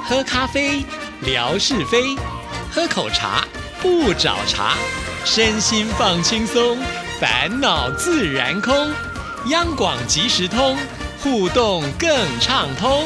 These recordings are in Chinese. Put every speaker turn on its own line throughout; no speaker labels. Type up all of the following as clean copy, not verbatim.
喝咖啡，聊是非；喝口茶，不找茬。身心放轻松，烦恼自然空。央广即时通，互动更畅通。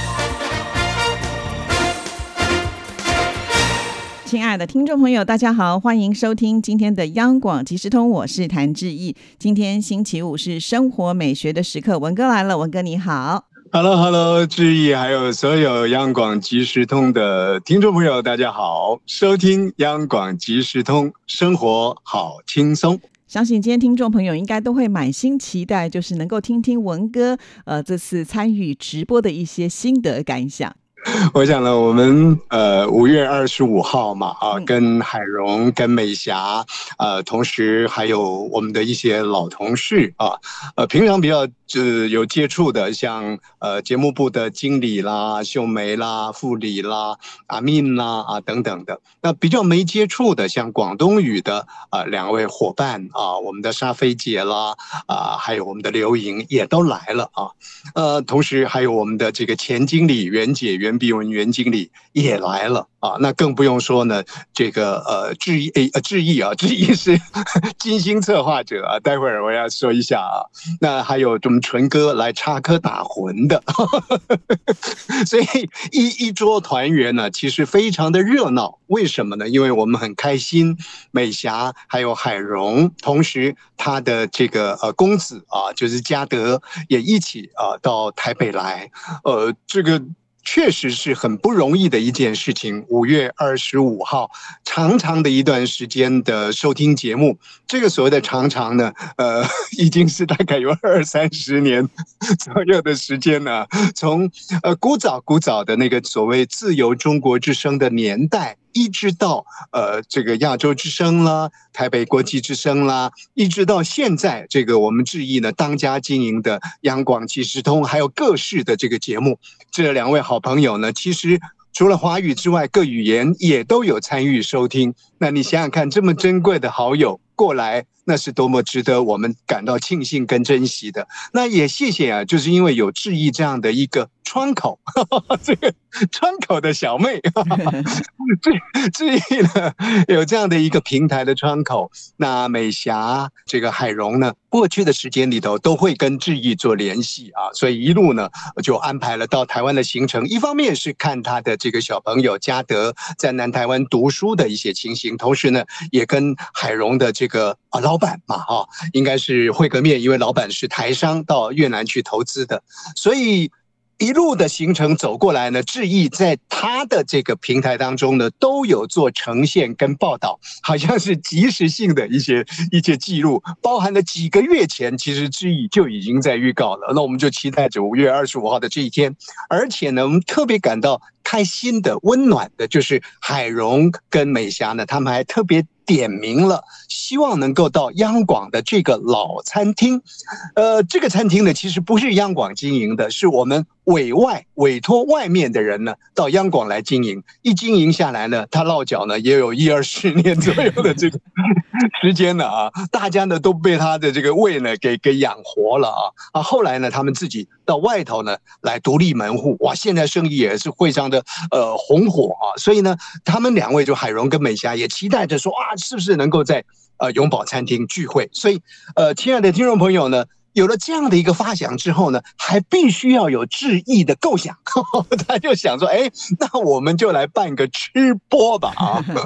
亲爱的听众朋友，大家好，欢迎收听今天的央广即时通，我是谭志毅。今天星期五是生活美学的时刻，文哥来了，文哥你好。
Hello， 志毅，还有所有央广即时通的听众朋友，大家好，收听央广即时通，生活好轻松。
相信今天听众朋友应该都会满心期待，就是能够听听文哥这次参与直播的一些心得感想。
我想呢，我们5月25号嘛，跟海荣、跟美霞，同时还有我们的一些老同事平常比较有接触的，像节目部的经理啦、秀梅啦、副理啦、阿敏啦等等的。那比较没接触的，像广东语的2位伙伴我们的沙菲姐啦还有我们的刘莹也都来了同时还有我们的这个前经理袁姐袁碧文袁经理也来了那更不用说呢，这个志毅是精心策划者待会儿我要说一下那还有我们纯哥来插科打诨的所以一桌团圆呢，其实非常的热闹。为什么呢？因为我们很开心，美霞还有海荣，同时他的这个公子就是嘉德也一起到台北来，这个确实是很不容易的一件事情。5月25号，长长的一段时间的收听节目，这个所谓的长呢，已经是大概有20-30年左右的时间了。从古早的那个所谓自由中国之声的年代，一直到这个亚洲之声啦、台北国际之声啦，一直到现在这个我们志毅呢当家经营的央广即时通，还有各式的这个节目，这2位好朋友呢，其实除了华语之外，各语言也都有参与收听。那你想想看，这么珍贵的好友过来，那是多么值得我们感到庆幸跟珍惜的。那也谢谢就是因为有志毅这样的一个窗口，这个窗口的小妹，志毅呢有这样的一个平台的窗口。那美霞、这个海荣呢，过去的时间里头都会跟志毅做联系所以一路呢就安排了到台湾的行程。一方面是看他的这个小朋友嘉德在南台湾读书的一些情形，同时呢也跟海荣的这个老板嘛应该是会个面，因为老板是台商到越南去投资的，所以一路的行程走过来呢，志毅在他的这个平台当中呢，都有做呈现跟报道，好像是即时性的一些记录，包含了几个月前，其实志毅就已经在预告了。那我们就期待着5月25号的这一天，而且呢，我们特别感到开心的、温暖的，就是海荣跟美霞呢，他们还特别点名了，希望能够到央广的这个老餐厅。这个餐厅呢，其实不是央广经营的，是我们委托外面的人呢到央广来经营。一经营下来呢，他落脚呢也有10-20年左右的这个时间了大家呢都被他的这个胃呢给养活了后来呢，他们自己到外头呢来独立门户，哇，现在生意也是非常的红火所以呢，他们2位就海荣跟美霞也期待着说是不是能够在永宝餐厅聚会。所以亲爱的听众朋友呢，有了这样的一个发想之后呢，还必须要有志毅的构想他就想说那我们就来办个吃播吧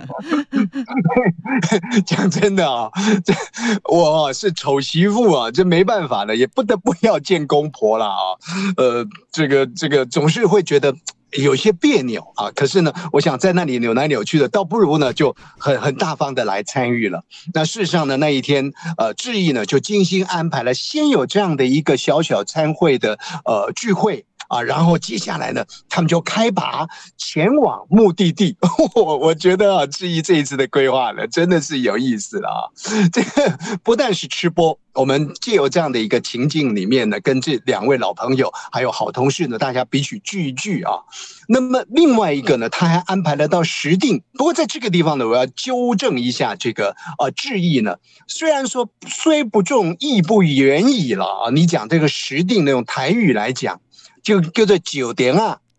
讲真的我是丑媳妇这没办法的，也不得不要见公婆了这个总是会觉得有些别扭可是呢，我想在那里扭来扭去的，倒不如呢就很大方的来参与了。那事实上呢，那一天志毅呢就精心安排了，先有这样的一个小小参会的聚会然后接下来呢，他们就开拔前往目的地。我觉得志毅这一次的规划呢，真的是有意思了这个不但是吃播，我们藉由这样的一个情境里面呢，跟这2位老朋友还有好同事呢，大家彼此聚一聚那么另外一个呢，他还安排了到石碇。不过在这个地方呢，我要纠正一下这个志毅呢，虽然说虽不中，亦不远矣了你讲这个石碇那种台语来讲，就叫做酒店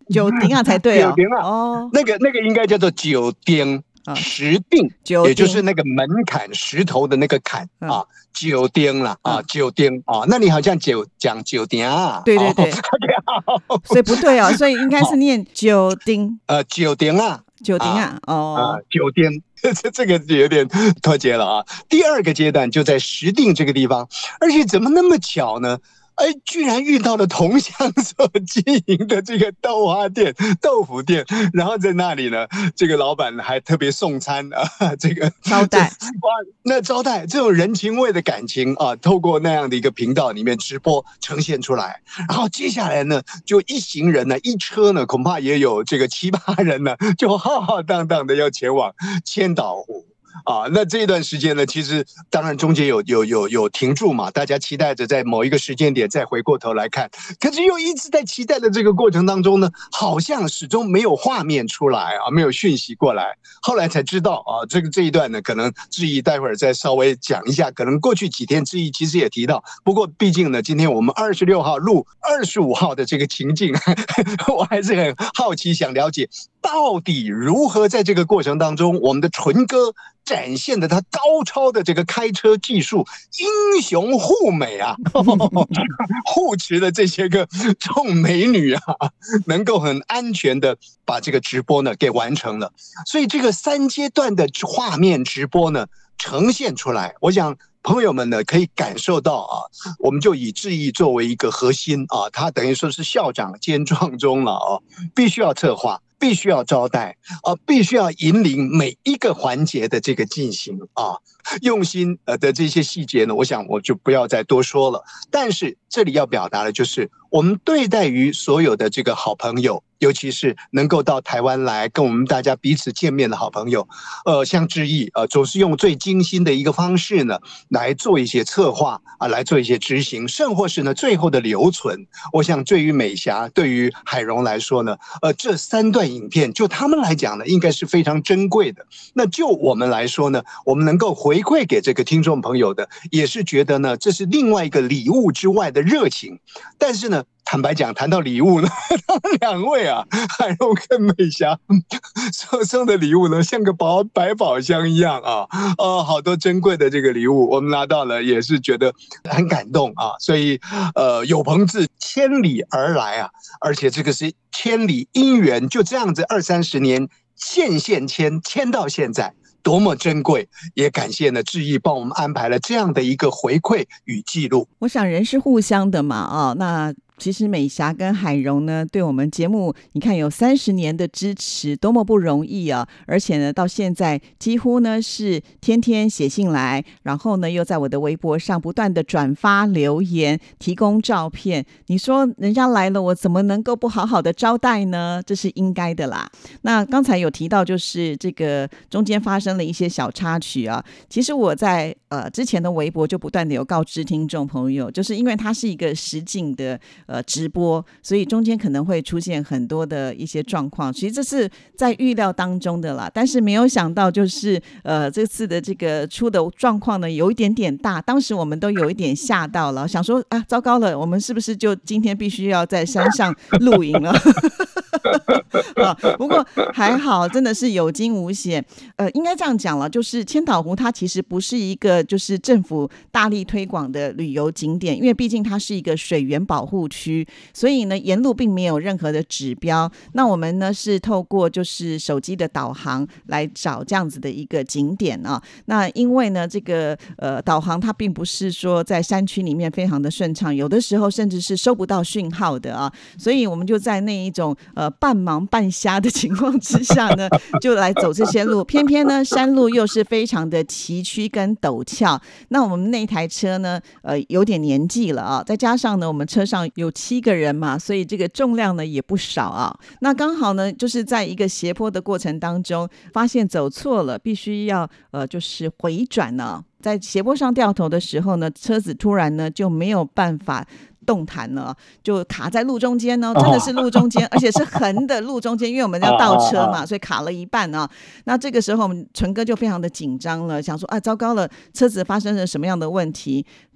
九丁啊才对哦。
九丁啊，那个应该叫做九丁。石定，也就是那个门槛石头的那个坎啊，九丁啦啊，九丁啊，那你好像讲九丁啊，
对，所以不对哦，所以应该是念九丁，
九丁啊，
九丁啊，
九丁，这个有点脱节了啊。第二个阶段就在石定这个地方，而且怎么那么巧呢？居然遇到了同乡所经营的这个豆花店、豆腐店，然后在那里呢，这个老板还特别送餐啊，这个
招待，
哇，那招待这种人情味的感情啊，透过那样的一个频道里面直播呈现出来，然后接下来呢，就一行人呢，一车呢，恐怕也有这个7、8人呢，就浩浩荡荡的要前往千岛湖。那这一段时间呢，其实当然中间有停住嘛，大家期待着在某一个时间点再回过头来看，可是又一直在期待的这个过程当中呢，好像始终没有画面出来啊，没有讯息过来，后来才知道啊，这一段呢，可能志毅待会儿再稍微讲一下，可能过去几天志毅其实也提到，不过毕竟呢，今天我们26号录25号的这个情境，我还是很好奇，想了解到底如何在这个过程当中，我们的纯哥展现的他高超的这个开车技术，英雄护美啊，护持的这些个众美女啊，能够很安全的把这个直播呢给完成了。所以这个3阶段的画面直播呢呈现出来，我想朋友们呢可以感受到啊，我们就以志毅作为一个核心啊，他等于说是校长兼撞钟了啊，必须要策划，必须要招待必须要引领每一个环节的这个进行啊，用心的这些细节呢，我想我就不要再多说了。但是这里要表达的就是，我们对待于所有的这个好朋友，尤其是能够到台湾来跟我们大家彼此见面的好朋友，像志毅总是用最精心的一个方式呢，来做一些策划啊，来做一些执行，甚或是呢最后的留存。我想对于美霞、对于海荣来说呢，这3段影片就他们来讲呢，应该是非常珍贵的。那就我们来说呢，我们能够回馈给这个听众朋友的，也是觉得呢，这是另外一个礼物之外的热情。但是呢，坦白讲，谈到礼物呢，他们2位啊，海荣跟美霞所送的礼物呢，像个百宝箱一样啊，好多珍贵的这个礼物，我们拿到了，也是觉得很感动啊。所以有朋自千里而来啊，而且这个是千里姻缘，就这样子20-30年牵到现在。多么珍贵，也感谢呢志毅帮我们安排了这样的一个回馈与记录。
我想人是互相的嘛，那其实美霞跟海荣呢，对我们节目你看有30年的支持，多么不容易啊！而且呢，到现在几乎呢是天天写信来，然后呢又在我的微博上不断的转发留言，提供照片。你说人家来了，我怎么能够不好好的招待呢？这是应该的啦。那刚才有提到，就是这个中间发生了一些小插曲啊。其实我在之前的微博就不断的有告知听众朋友，就是因为它是一个实境的直播，所以中间可能会出现很多的一些状况，其实这是在预料当中的啦，但是没有想到就是这次的这个出的状况呢有一点点大，当时我们都有一点吓到了，想说啊糟糕了，我们是不是就今天必须要在山上露营了不过还好真的是有惊无险。应该这样讲了，就是千岛湖它其实不是一个就是政府大力推广的旅游景点，因为毕竟它是一个水源保护区，所以呢沿路并没有任何的指标。那我们呢是透过就是手机的导航来找这样子的一个景点啊。那因为呢这个导航它并不是说在山区里面非常的顺畅，有的时候甚至是收不到讯号的啊，所以我们就在那一种半忙半瞎的情况之下呢就来走这些路，偏偏呢山路又是非常的崎岖跟陡峭。那我们那台车呢有点年纪了啊，再加上呢我们车上有7个人嘛，所以这个重量呢也不少啊。那刚好呢就是在一个斜坡的过程当中发现走错了，必须要就是回转呢，在斜坡上掉头的时候呢，车子突然呢就没有办法动弹了，就卡在路中间呢，真的是路中间，而且是横的路中间，因为我们要倒车嘛，所以卡了一半啊。那这个时候我们纯哥就非常的紧张了，想说啊糟糕了，车子发生了什么样的问题？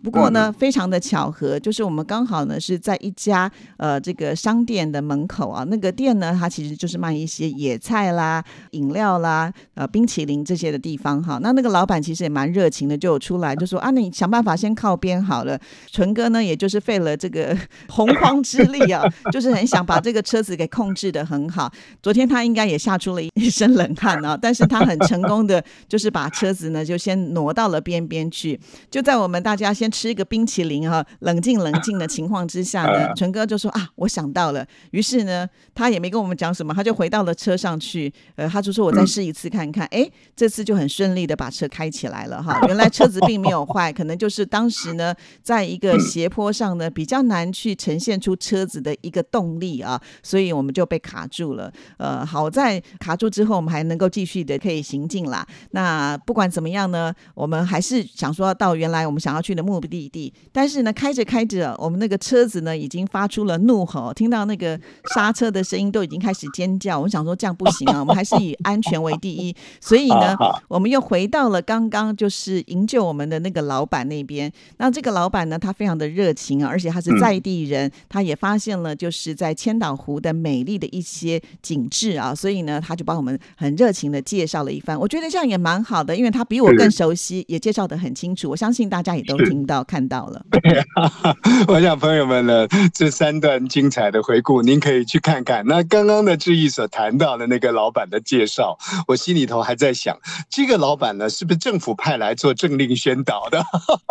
不过呢，非常的巧合，就是我们刚好呢是在一家这个商店的门口啊，那个店呢，它其实就是卖一些野菜啦、饮料啦、冰淇淋这些的地方哈。那个老板其实也蛮热情的，就有出来就说啊，你想办法先靠边好了。纯哥呢，也就是费了这个洪荒之力啊，就是很想把这个车子给控制得很好。昨天他应该也吓出了一身冷汗啊，但是他很成功的就是把车子呢就先挪到了边边去。就在我们大家先吃一个冰淇淋啊，冷静的情况之下呢，纯哥就说啊，我想到了。于是呢，他也没跟我们讲什么，他就回到了车上去。他就说我再试一次看看。这次就很顺利的把车开起来了哈。原来车子并没有坏，可能就是当时呢，在一个斜坡上呢，比较难去呈现出车子的一个动力啊，所以我们就被卡住了。好在卡住之后，我们还能够继续的可以行进啦。那不管怎么样呢，我们还是想说到原来我们想要去的目的地，但是呢，开着，我们那个车子呢已经发出了怒吼，听到那个刹车的声音都已经开始尖叫。我想说这样不行啊，我们还是以安全为第一，所以呢，我们又回到了刚刚就是营救我们的那个老板那边。那这个老板呢，他非常的热情啊，而且他是在地人，他也发现了就是在千岛湖的美丽的一些景致啊，所以呢，他就帮我们很热情的介绍了一番。我觉得这样也蛮好的，因为他比我更熟悉，也介绍得很清楚。我相信大家也都听到看到了。
我想朋友们呢，这3段精彩的回顾，您可以去看看。那刚刚的志毅所谈到的那个老板的介绍，我心里头还在想，这个老板呢，是不是政府派来做政令宣导的？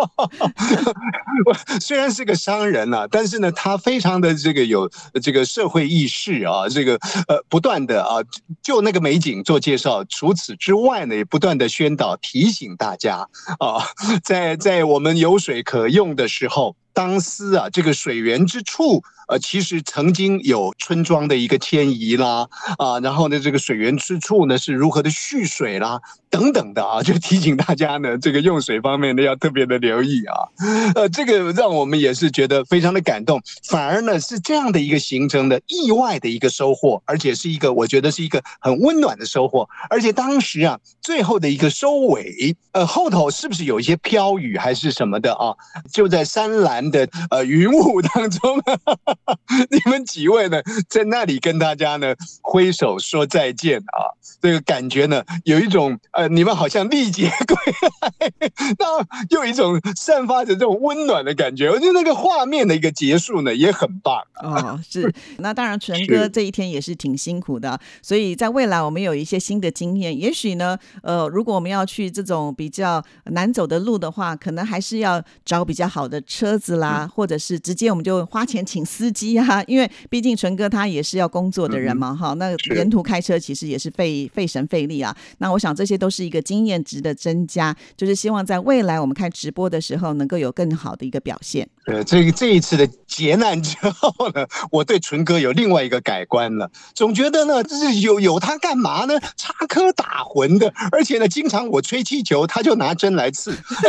虽然是个商人啊，但是呢，他非常的这个有这个社会意识啊，这个不断的啊，就那个美景做介绍。除此之外呢，也不断的宣导提醒大家啊，在我们有水可用的时候，当思啊这个水源之处，其实曾经有村庄的一个迁移啦，然后呢这个水源之处呢是如何的蓄水啦等等的啊，就提醒大家呢这个用水方面呢要特别的留意啊，这个让我们也是觉得非常的感动，反而呢是这样的一个行程的意外的一个收获，而且是一个我觉得是一个很温暖的收获，而且当时啊最后的一个收尾，后头是不是有一些飘雨还是什么的啊？就在山岚的云雾当中，你们几位呢在那里跟大家呢挥手说再见啊，这个感觉呢有一种你们好像历劫归来，那又有一种散发着这种温暖的感觉，我觉得那个画面的一个结束呢也很棒
是。那当然纯哥这一天也是挺辛苦的，所以在未来我们有一些新的经验，也许呢如果我们要去这种比较难走的路的话，可能还是要找比较好的车子啦，或者是直接我们就花钱请司机啊，因为毕竟纯哥他也是要工作的人嘛，那沿途开车其实也是费神费力啊。那我想这些都是一个经验值的增加，就是希望在未来我们开直播的时候能够有更好的一个表现。
这一次的劫难之后呢，我对纯哥有另外一个改观了，总觉得呢就是有他干嘛呢，插科打诨的，而且呢经常我吹气球他就拿针来刺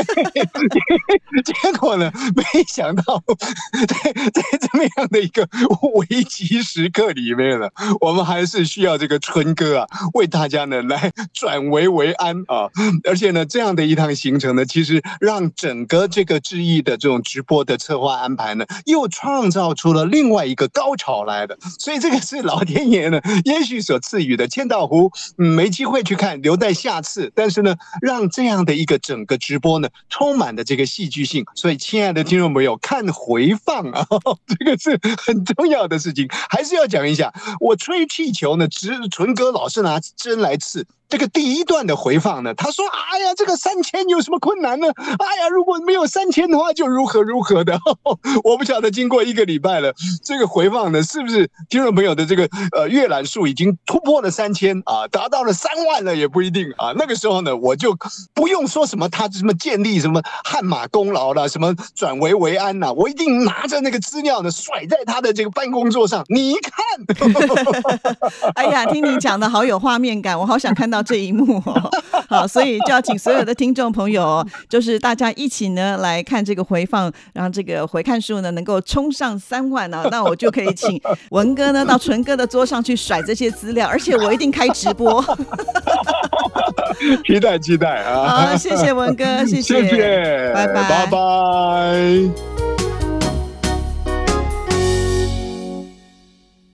结果呢没想到在这么样的一个危急时刻里面呢，我们还是需要这个纯哥啊为大家呢来转危为安啊，而且呢这样的一趟行程呢，其实让整个这个志毅的这种直播的策划安排呢，又创造出了另外一个高潮来的，所以这个是老天爷呢也许所赐予的。千岛湖没机会去看，留待下次，但是呢让这样的一个整个直播呢充满了这个戏剧性，所以亲爱的听众朋友，看回放啊，这个是很重要的事情，还是要讲一下。我吹气球呢，纯哥老是拿针来刺。这个第一段的回放呢，他说：“哎呀，这个3000有什么困难呢？哎呀，如果没有3000的话，就如何的。”我不晓得经过1个礼拜了，这个回放呢，是不是听众朋友的这个阅览数已经突破了3000啊，达到了3万了也不一定啊。那个时候呢，我就不用说什么他什么建立什么汗马功劳啦，什么转危为安啦，我一定拿着那个资料呢甩在他的这个办公桌上，你看。
哎呀，听你讲的好有画面感，我好想看到这一幕好，所以就要请所有的听众朋友就是大家一起呢来看这个回放，让这个回看数呢能够冲上3万啊，那我就可以请文哥呢到纯哥的桌上去甩这些资料，而且我一定开直播
期待啊！
好，谢谢文哥，谢谢，
谢谢，
拜拜，
拜拜。